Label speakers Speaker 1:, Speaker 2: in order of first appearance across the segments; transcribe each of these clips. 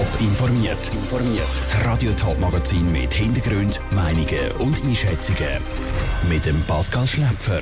Speaker 1: Top informiert. Das Radio Top Magazin mit Hintergrund, Meinungen und Einschätzungen mit dem Pascal Schläpfer.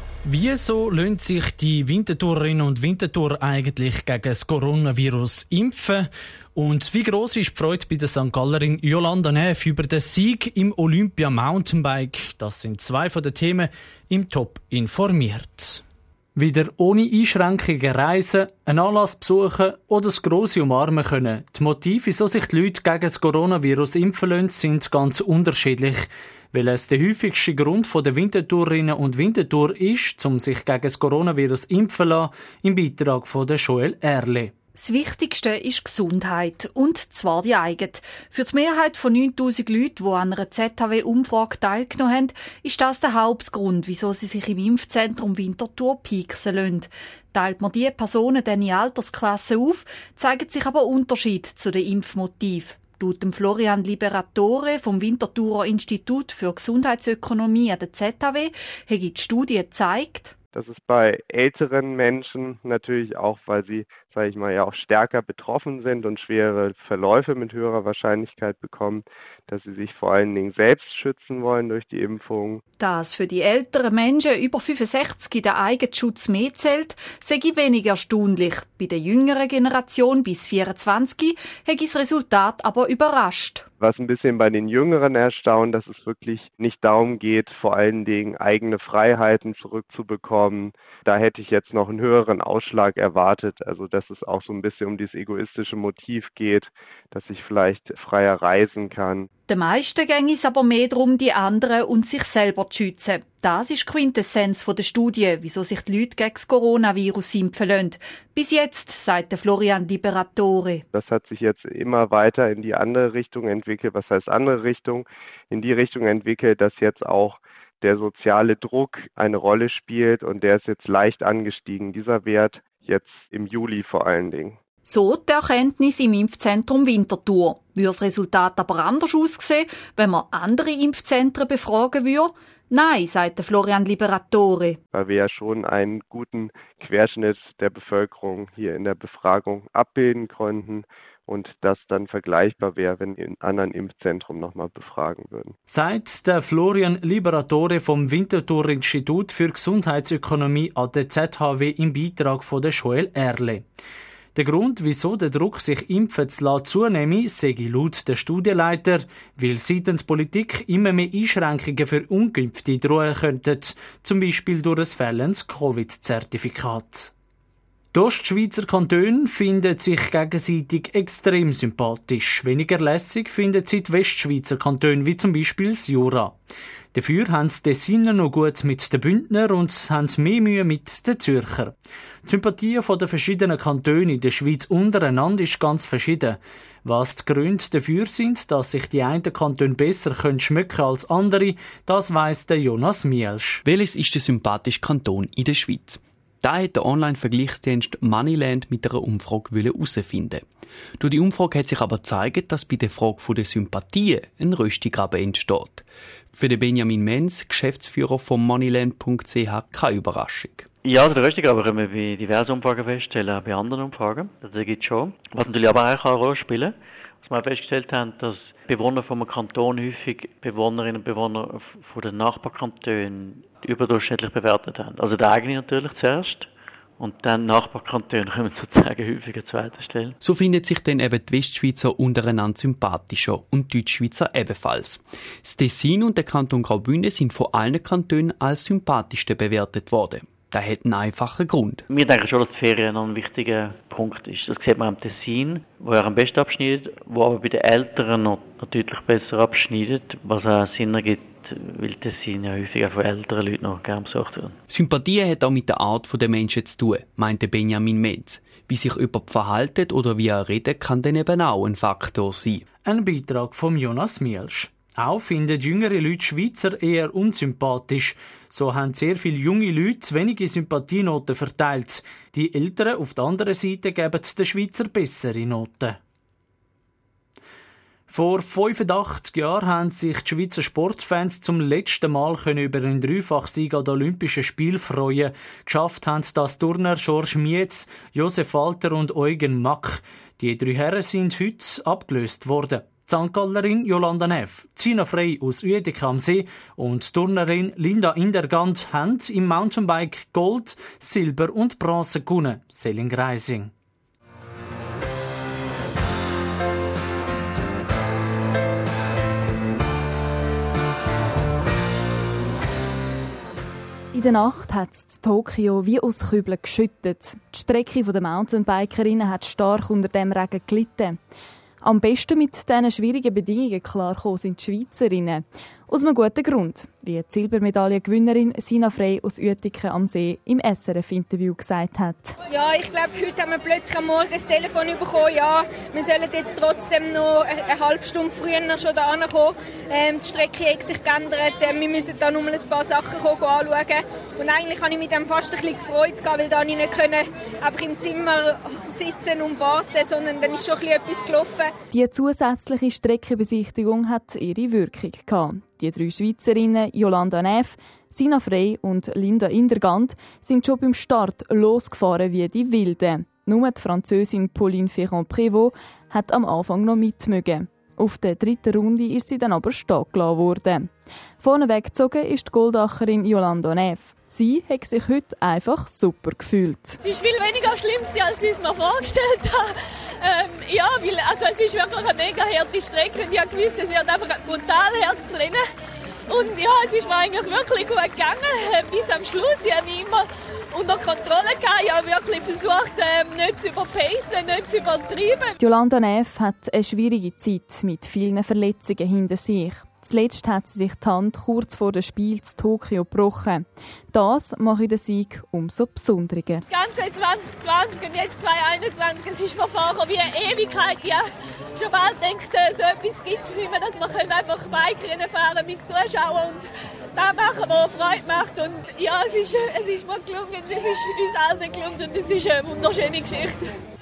Speaker 2: Wieso lassen sich die Winterthurerinnen und Winterthurer eigentlich gegen das Coronavirus impfen? Und wie gross ist die Freude bei der St. Gallerin Jolanda Neff über den Sieg im Olympia Mountainbike? Das sind zwei von den Themen im Top informiert. Wieder ohne Einschränkungen reisen, einen Anlass besuchen oder das grosse umarmen können. Die Motive, wieso sich die Leute gegen das Coronavirus impfen lassen, sind ganz unterschiedlich. Weil es der häufigste Grund der Winterthurerinnen und Winterthur ist, um sich gegen das Coronavirus impfen zu lassen, im Beitrag von Joel Erle.
Speaker 3: Das Wichtigste ist Gesundheit, und zwar die eigene. Für die Mehrheit von 9000 Leuten, die an einer ZHW-Umfrage teilgenommen haben, ist das der Hauptgrund, wieso sie sich im Impfzentrum Winterthur pieksen lassen. Teilt man diese Personen dann in Altersklassen auf, zeigen sich aber Unterschiede zu den Impfmotiven. Laut dem Florian Liberatore vom Winterthurer Institut für Gesundheitsökonomie an der ZHW hat die Studie gezeigt,
Speaker 4: dass es bei älteren Menschen natürlich auch, weil sie, sage ich mal, ja auch stärker betroffen sind und schwere Verläufe mit höherer Wahrscheinlichkeit bekommen, dass sie sich vor allen Dingen selbst schützen wollen durch die Impfung.
Speaker 3: Dass für die älteren Menschen über 65 der Eigenschutz mehr zählt, sei weniger erstaunlich. Bei der jüngeren Generation bis 24 hat das Resultat aber überrascht.
Speaker 4: Was ein bisschen bei den Jüngeren erstaunt, dass es wirklich nicht darum geht, vor allen Dingen eigene Freiheiten zurückzubekommen. Da hätte ich jetzt noch einen höheren Ausschlag erwartet. Also dass es auch so ein bisschen um dieses egoistische Motiv geht, dass ich vielleicht freier reisen kann.
Speaker 3: Den meisten ging es aber mehr darum, die anderen und sich selber zu schützen. Das ist die Quintessenz der Studie, wieso sich die Leute gegen das Coronavirus impfen lassen. Bis jetzt, sagt der Florian Liberatore.
Speaker 4: Das hat sich jetzt immer weiter in die andere Richtung entwickelt. Was heißt andere Richtung? In die Richtung entwickelt, dass jetzt auch der soziale Druck eine Rolle spielt, und der ist jetzt leicht angestiegen, dieser Wert, jetzt im Juli vor allen Dingen.
Speaker 3: So die Erkenntnis im Impfzentrum Winterthur. Würde das Resultat aber anders aussehen, wenn man andere Impfzentren befragen würde? Nein, sagt der Florian Liberatore.
Speaker 4: Weil wir ja schon einen guten Querschnitt der Bevölkerung hier in der Befragung abbilden konnten und das dann vergleichbar wäre, wenn wir in anderen Impfzentren nochmal befragen würden.
Speaker 2: Sagt der Florian Liberatore vom Winterthur Institut für Gesundheitsökonomie an der ZHW im Beitrag von Joel Erle. Der Grund, wieso der Druck, sich impfen zu lassen, zunehme, sei laut der Studienleiter, weil seitens Politik immer mehr Einschränkungen für Ungeimpfte drohen könnten, zum Beispiel durch ein fehlendes Covid-Zertifikat. Die Ostschweizer Kantone finden sich gegenseitig extrem sympathisch. Weniger lässig finden sie die Westschweizer Kantone, wie zum Beispiel das Jura. Dafür haben die Tessiner noch gut mit den Bündner und haben mehr Mühe mit den Zürcher. Die Sympathie der verschiedenen Kantone in der Schweiz untereinander ist ganz verschieden. Was die Gründe dafür sind, dass sich die einen Kantone besser schmecken können als andere, das weiss der Jonas Mielsch.
Speaker 5: Welches ist der sympathische Kanton in der Schweiz? Da hat der Online-Vergleichsdienst Moneyland mit einer Umfrage herausfinden. Durch die Umfrage hat sich aber gezeigt, dass bei der Frage der Sympathien ein Röstigraben entsteht. Für den Benjamin Menz, Geschäftsführer von moneyland.ch, keine Überraschung.
Speaker 6: Ja, also der Röstigraben können wir bei diversen Umfragen feststellen, auch bei anderen Umfragen. Das gibt es schon. Was natürlich aber auch eine Rolle spielen, was wir festgestellt haben, dass Bewohner von einem Kanton häufig Bewohnerinnen und Bewohner von den Nachbarkantonen überdurchschnittlich bewertet haben. Also der eigene natürlich zuerst und dann Nachbarkantone kommen sozusagen häufig an zweiter Stelle.
Speaker 5: So finden sich dann eben die Westschweizer untereinander sympathischer und die Deutschschweizer ebenfalls. Das Tessin und der Kanton Graubünden sind von allen Kantonen als sympathischste bewertet worden. Das hat einen einfachen Grund.
Speaker 6: Wir denken schon, dass die Ferien noch ein wichtiger Punkt ist. Das sieht man am Tessin, wo er am besten abschneidet, wo aber bei den Älteren noch deutlich besser abschneidet, was auch Sinn ergibt, weil Tessin ja häufiger von älteren Leuten noch gern besucht wird.
Speaker 5: Sympathie hat auch mit der Art der Menschen zu tun, meinte Benjamin Menz. Wie sich jemand verhalten oder wie er redet, kann dann eben auch ein Faktor sein.
Speaker 2: Ein Beitrag von Jonas Mielsch. Auch finden jüngere Leute Schweizer eher unsympathisch. So haben sehr viele junge Leute wenige Sympathienoten verteilt. Die Älteren auf der anderen Seite geben den Schweizer bessere Noten. Vor 85 Jahren haben sich die Schweizer Sportfans zum letzten Mal über einen Dreifachsieg an den Olympischen Spielen freuen. Geschafft haben das Turner Georges Mietz, Josef Walter und Eugen Mack. Die 3 Herren sind heute abgelöst worden. Die St. Gallerin Jolanda Neff, Zina Frey aus Uetica am See und die Turnerin Linda Indergand haben im Mountainbike Gold, Silber und Bronze gewonnen. Selin Greising.
Speaker 7: In der Nacht hat es in Tokio wie aus Kübeln geschüttet. Die Strecke der Mountainbikerinnen hat stark unter dem Regen gelitten. Am besten mit diesen schwierigen Bedingungen klargekommen sind die Schweizerinnen. Aus einem guten Grund, wie die Silbermedaillengewinnerin Sina Frey aus Uetica am See im SRF-Interview gesagt hat.
Speaker 8: Ja, ich glaube, heute haben wir plötzlich am Morgen das Telefon bekommen, ja, wir sollen jetzt trotzdem noch eine halbe Stunde früher schon da ankommen. Die Strecke hat sich geändert, wir müssen da nur ein paar Sachen anschauen. Und eigentlich habe ich mich dann fast ein bisschen gefreut, weil da nicht einfach im Zimmer sitzen und warten, sondern dann ist schon etwas gelaufen.
Speaker 7: Die zusätzliche Streckenbesichtigung hat ihre Wirkung gehabt. Die 3 Schweizerinnen, Jolanda Neff, Sina Frey und Linda Indergand, sind schon beim Start losgefahren wie die Wilden. Nur die Französin Pauline Ferrand-Prévot hat am Anfang noch mitmögen. Auf der 3. Runde ist sie dann aber stehen gelassen worden. Vorne weggezogen ist die Goldacherin Jolanda Neff. Sie hat sich heute einfach super gefühlt.
Speaker 9: Es ist viel weniger schlimm, als ich es mir vorgestellt habe. Es ist wirklich eine mega harte Strecke und ich habe gewusst, es wird einfach brutal Herzrennen. Und ja, es ist mir eigentlich wirklich gut gegangen, bis am Schluss. Ich habe mich immer unter Kontrolle gehabt. Ich habe wirklich versucht, nicht zu überpacen, nicht zu übertreiben.
Speaker 7: Jolanda Neff hat eine schwierige Zeit mit vielen Verletzungen hinter sich. Zuletzt hat sie sich die Hand kurz vor dem Spiel zu Tokio gebrochen. Das mache den Sieg umso besonderer.
Speaker 9: Das ganze 2020 und jetzt 2021, es ist mir vorgekommen wie eine Ewigkeit. Ja, schon bald denkt, so etwas gibt es nicht mehr, dass wir einfach Bike-Rennen fahren mit Zuschauern und das machen, was Freude macht. Und ja, es ist mir gelungen, es ist uns allen gelungen und es ist eine wunderschöne Geschichte.